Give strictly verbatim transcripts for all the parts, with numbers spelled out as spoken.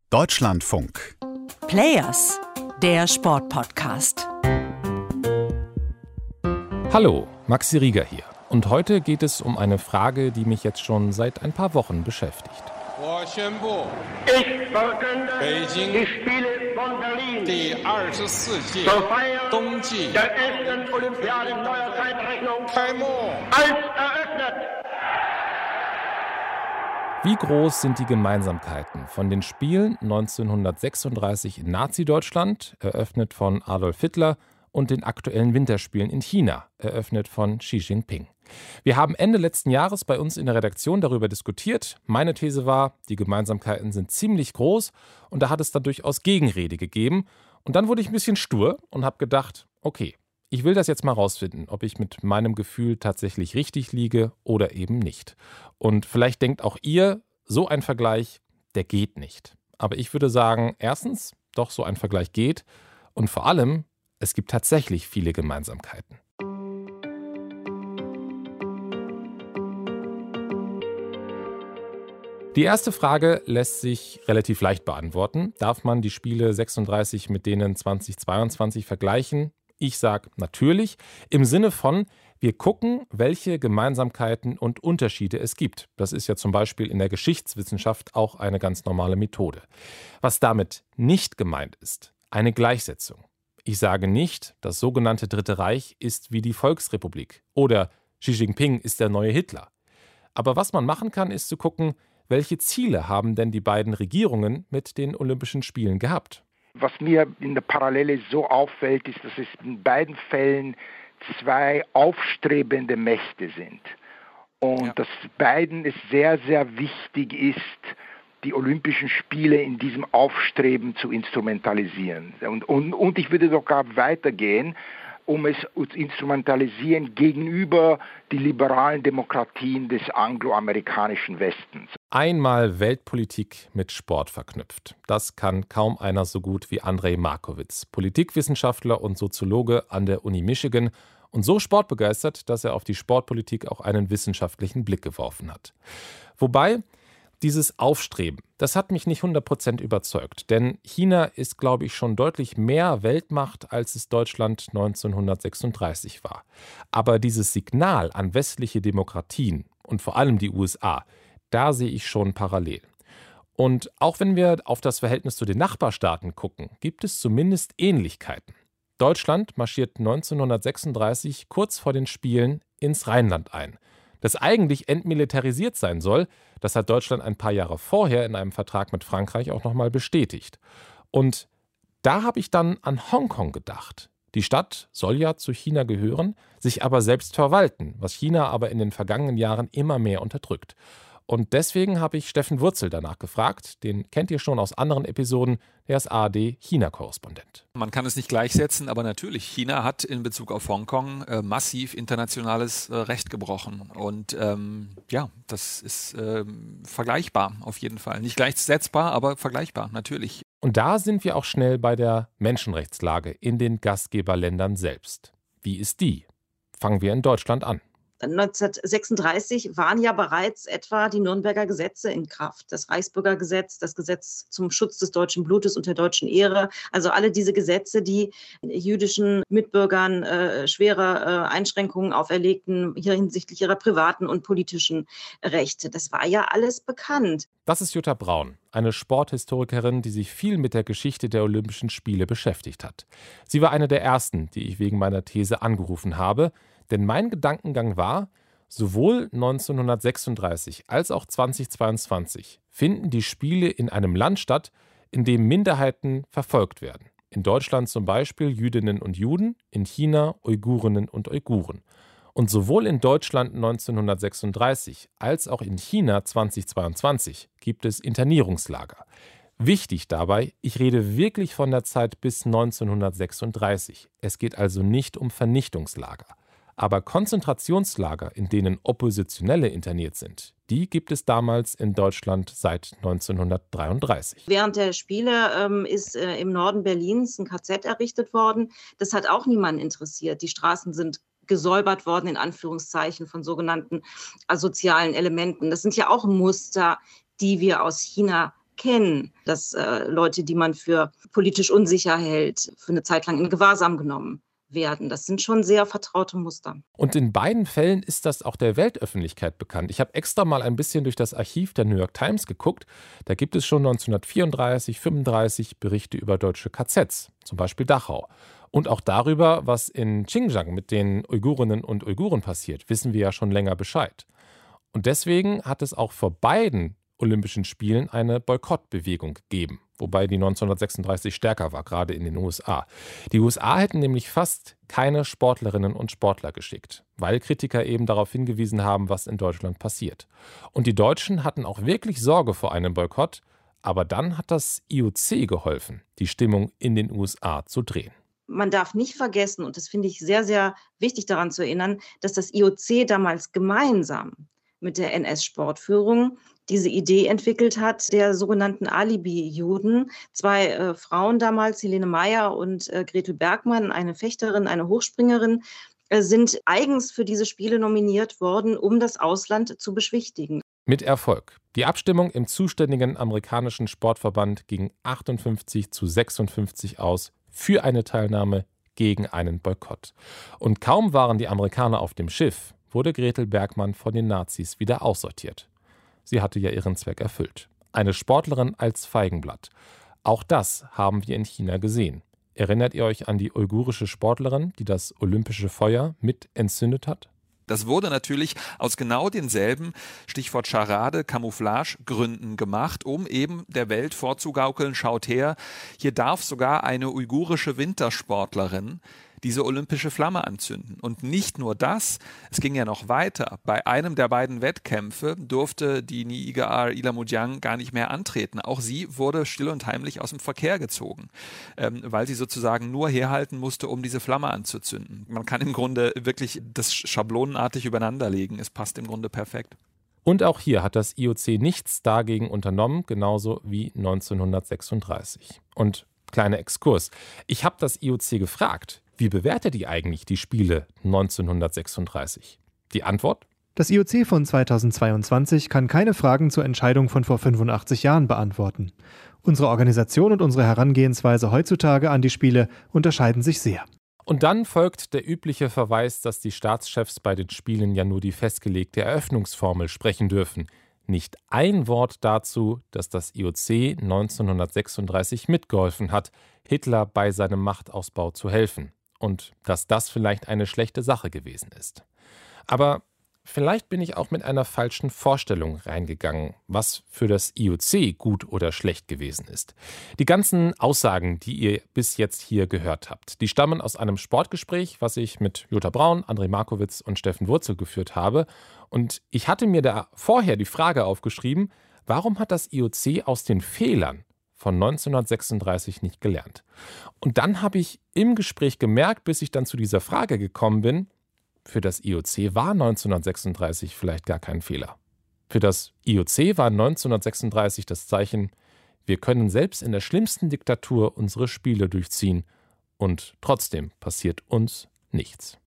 Deutschlandfunk. Players, der Sportpodcast. Hallo, Maxi Rieger hier. Und heute geht es um eine Frage, die mich jetzt schon seit ein paar Wochen beschäftigt. Ich verkünde die Spiele von Berlin zur Feier der ersten Olympiade neuer Zeitrechnung als eröffnet. Wie groß sind die Gemeinsamkeiten von den Spielen neunzehnhundertsechsunddreißig in Nazi-Deutschland, eröffnet von Adolf Hitler, und den aktuellen Winterspielen in China, eröffnet von Xi Jinping? Wir haben Ende letzten Jahres bei uns in der Redaktion darüber diskutiert. Meine These war, die Gemeinsamkeiten sind ziemlich groß und da hat es dann durchaus Gegenrede gegeben. Und dann wurde ich ein bisschen stur und habe gedacht, okay, ich will das jetzt mal rausfinden, ob ich mit meinem Gefühl tatsächlich richtig liege oder eben nicht. Und vielleicht denkt auch ihr, so ein Vergleich, der geht nicht. Aber ich würde sagen, erstens, doch so ein Vergleich geht. Und vor allem, es gibt tatsächlich viele Gemeinsamkeiten. Die erste Frage lässt sich relativ leicht beantworten. Darf man die Spiele sechsunddreißig mit denen zweitausendzweiundzwanzig vergleichen? Ich sage natürlich, im Sinne von, wir gucken, welche Gemeinsamkeiten und Unterschiede es gibt. Das ist ja zum Beispiel in der Geschichtswissenschaft auch eine ganz normale Methode. Was damit nicht gemeint ist, eine Gleichsetzung. Ich sage nicht, das sogenannte Dritte Reich ist wie die Volksrepublik oder Xi Jinping ist der neue Hitler. Aber was man machen kann, ist zu gucken, welche Ziele haben denn die beiden Regierungen mit den Olympischen Spielen gehabt? Was mir in der Parallele so auffällt, ist, dass es in beiden Fällen zwei aufstrebende Mächte sind. Und ja. dass beiden es sehr, sehr wichtig ist, die Olympischen Spiele in diesem Aufstreben zu instrumentalisieren. Und, und, und ich würde sogar weitergehen, um es zu instrumentalisieren gegenüber die liberalen Demokratien des angloamerikanischen Westens. Einmal Weltpolitik mit Sport verknüpft. Das kann kaum einer so gut wie Andrej Markowitz, Politikwissenschaftler und Soziologe an der Uni Michigan und so sportbegeistert, dass er auf die Sportpolitik auch einen wissenschaftlichen Blick geworfen hat. Wobei, dieses Aufstreben, das hat mich nicht hundert Prozent überzeugt, denn China ist, glaube ich, schon deutlich mehr Weltmacht, als es Deutschland neunzehnhundertsechsunddreißig war. Aber dieses Signal an westliche Demokratien und vor allem die U S A, da sehe ich schon parallel. Und auch wenn wir auf das Verhältnis zu den Nachbarstaaten gucken, gibt es zumindest Ähnlichkeiten. Deutschland marschiert neunzehnhundertsechsunddreißig kurz vor den Spielen ins Rheinland ein. Das eigentlich entmilitarisiert sein soll, das hat Deutschland ein paar Jahre vorher in einem Vertrag mit Frankreich auch nochmal bestätigt. Und da habe ich dann an Hongkong gedacht. Die Stadt soll ja zu China gehören, sich aber selbst verwalten, was China aber in den vergangenen Jahren immer mehr unterdrückt. Und deswegen habe ich Steffen Wurzel danach gefragt, den kennt ihr schon aus anderen Episoden, der ist A R D-China-Korrespondent. Man kann es nicht gleichsetzen, aber natürlich, China hat in Bezug auf Hongkong äh, massiv internationales äh, Recht gebrochen. Und ähm, ja, das ist äh, vergleichbar auf jeden Fall. Nicht gleichsetzbar, aber vergleichbar, natürlich. Und da sind wir auch schnell bei der Menschenrechtslage in den Gastgeberländern selbst. Wie ist die? Fangen wir in Deutschland an. neunzehnhundertsechsunddreißig waren ja bereits etwa die Nürnberger Gesetze in Kraft. Das Reichsbürgergesetz, das Gesetz zum Schutz des deutschen Blutes und der deutschen Ehre. Also alle diese Gesetze, die jüdischen Mitbürgern äh, schwere äh, Einschränkungen auferlegten, hier hinsichtlich ihrer privaten und politischen Rechte. Das war ja alles bekannt. Das ist Jutta Braun, eine Sporthistorikerin, die sich viel mit der Geschichte der Olympischen Spiele beschäftigt hat. Sie war eine der ersten, die ich wegen meiner These angerufen habe. Denn mein Gedankengang war, sowohl neunzehnhundertsechsunddreißig als auch zweitausendzweiundzwanzig finden die Spiele in einem Land statt, in dem Minderheiten verfolgt werden. In Deutschland zum Beispiel Jüdinnen und Juden, in China Uigurinnen und Uiguren. Und sowohl in Deutschland neunzehnhundertsechsunddreißig als auch in China zweitausendzweiundzwanzig gibt es Internierungslager. Wichtig dabei, ich rede wirklich von der Zeit bis neunzehnhundertsechsunddreißig. Es geht also nicht um Vernichtungslager. Aber Konzentrationslager, in denen Oppositionelle interniert sind, die gibt es damals in Deutschland seit neunzehnhundertdreiunddreißig. Während der Spiele ähm, ist äh, im Norden Berlins ein K Z errichtet worden. Das hat auch niemanden interessiert. Die Straßen sind gesäubert worden, in Anführungszeichen, von sogenannten asozialen Elementen. Das sind ja auch Muster, die wir aus China erkennen, dass äh, Leute, die man für politisch unsicher hält, für eine Zeit lang in Gewahrsam genommen werden. Das sind schon sehr vertraute Muster. Und in beiden Fällen ist das auch der Weltöffentlichkeit bekannt. Ich habe extra mal ein bisschen durch das Archiv der New York Times geguckt. Da gibt es schon neunzehnhundertvierunddreißig, fünfunddreißig Berichte über deutsche K Zs, zum Beispiel Dachau. Und auch darüber, was in Xinjiang mit den Uigurinnen und Uiguren passiert, wissen wir ja schon länger Bescheid. Und deswegen hat es auch vor beiden Olympischen Spielen eine Boykottbewegung gegeben, wobei die neunzehnhundertsechsunddreißig stärker war, gerade in den U S A. Die U S A hätten nämlich fast keine Sportlerinnen und Sportler geschickt, weil Kritiker eben darauf hingewiesen haben, was in Deutschland passiert. Und die Deutschen hatten auch wirklich Sorge vor einem Boykott, aber dann hat das I O C geholfen, die Stimmung in den U S A zu drehen. Man darf nicht vergessen, und das finde ich sehr, sehr wichtig daran zu erinnern, dass das I O C damals gemeinsam mit der N S-Sportführung diese Idee entwickelt hat, der sogenannten Alibi-Juden. Zwei äh, Frauen damals, Helene Meyer und äh, Gretel Bergmann, eine Fechterin, eine Hochspringerin, äh, sind eigens für diese Spiele nominiert worden, um das Ausland zu beschwichtigen. Mit Erfolg. Die Abstimmung im zuständigen amerikanischen Sportverband ging achtundfünfzig zu sechsundfünfzig aus für eine Teilnahme gegen einen Boykott. Und kaum waren die Amerikaner auf dem Schiff, wurde Gretel Bergmann von den Nazis wieder aussortiert. Sie hatte ja ihren Zweck erfüllt. Eine Sportlerin als Feigenblatt. Auch das haben wir in China gesehen. Erinnert ihr euch an die uigurische Sportlerin, die das olympische Feuer mit entzündet hat? Das wurde natürlich aus genau denselben, Stichwort Scharade, Camouflage-Gründen gemacht, um eben der Welt vorzugaukeln, schaut her, hier darf sogar eine uigurische Wintersportlerin diese olympische Flamme anzünden. Und nicht nur das, es ging ja noch weiter. Bei einem der beiden Wettkämpfe durfte die Niigaar Ilamudjang gar nicht mehr antreten. Auch sie wurde still und heimlich aus dem Verkehr gezogen, ähm, weil sie sozusagen nur herhalten musste, um diese Flamme anzuzünden. Man kann im Grunde wirklich das schablonenartig übereinanderlegen. Es passt im Grunde perfekt. Und auch hier hat das I O C nichts dagegen unternommen, genauso wie neunzehnhundertsechsunddreißig. Und kleiner Exkurs. Ich habe das I O C gefragt, wie bewertet ihr eigentlich die Spiele neunzehnhundertsechsunddreißig? Die Antwort? Das I O C von zweitausendzweiundzwanzig kann keine Fragen zur Entscheidung von vor fünfundachtzig Jahren beantworten. Unsere Organisation und unsere Herangehensweise heutzutage an die Spiele unterscheiden sich sehr. Und dann folgt der übliche Verweis, dass die Staatschefs bei den Spielen ja nur die festgelegte Eröffnungsformel sprechen dürfen. Nicht ein Wort dazu, dass das I O C neunzehnhundertsechsunddreißig mitgeholfen hat, Hitler bei seinem Machtausbau zu helfen. Und dass das vielleicht eine schlechte Sache gewesen ist. Aber vielleicht bin ich auch mit einer falschen Vorstellung reingegangen, was für das I O C gut oder schlecht gewesen ist. Die ganzen Aussagen, die ihr bis jetzt hier gehört habt, die stammen aus einem Sportgespräch, was ich mit Jutta Braun, Andrei Markowitz und Steffen Wurzel geführt habe. Und ich hatte mir da vorher die Frage aufgeschrieben, warum hat das I O C aus den Fehlern von neunzehnhundertsechsunddreißig nicht gelernt? Und dann habe ich im Gespräch gemerkt, bis ich dann zu dieser Frage gekommen bin, für das I O C war neunzehnhundertsechsunddreißig vielleicht gar kein Fehler. Für das I O C war neunzehnhundertsechsunddreißig das Zeichen, wir können selbst in der schlimmsten Diktatur unsere Spiele durchziehen und trotzdem passiert uns nichts.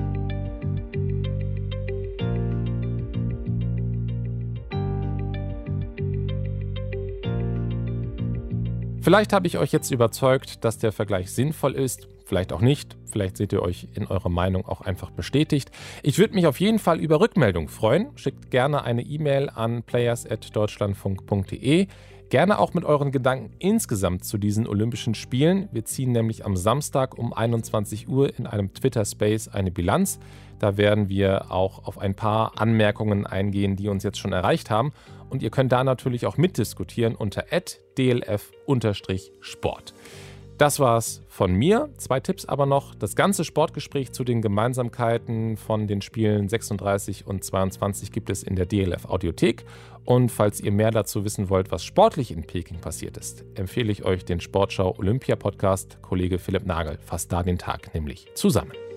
Vielleicht habe ich euch jetzt überzeugt, dass der Vergleich sinnvoll ist, vielleicht auch nicht, vielleicht seht ihr euch in eurer Meinung auch einfach bestätigt. Ich würde mich auf jeden Fall über Rückmeldung freuen. Schickt gerne eine E-Mail an players at deutschlandfunk punkt de. Gerne auch mit euren Gedanken insgesamt zu diesen Olympischen Spielen. Wir ziehen nämlich am Samstag um einundzwanzig Uhr in einem Twitter-Space eine Bilanz. Da werden wir auch auf ein paar Anmerkungen eingehen, die uns jetzt schon erreicht haben. Und ihr könnt da natürlich auch mitdiskutieren unter at d l f sport. Das war's von mir. Zwei Tipps aber noch. Das ganze Sportgespräch zu den Gemeinsamkeiten von den Spielen sechsunddreißig und zweiundzwanzig gibt es in der D L F-Audiothek. Und falls ihr mehr dazu wissen wollt, was sportlich in Peking passiert ist, empfehle ich euch den Sportschau Olympia-Podcast. Kollege Philipp Nagel fasst da den Tag nämlich zusammen.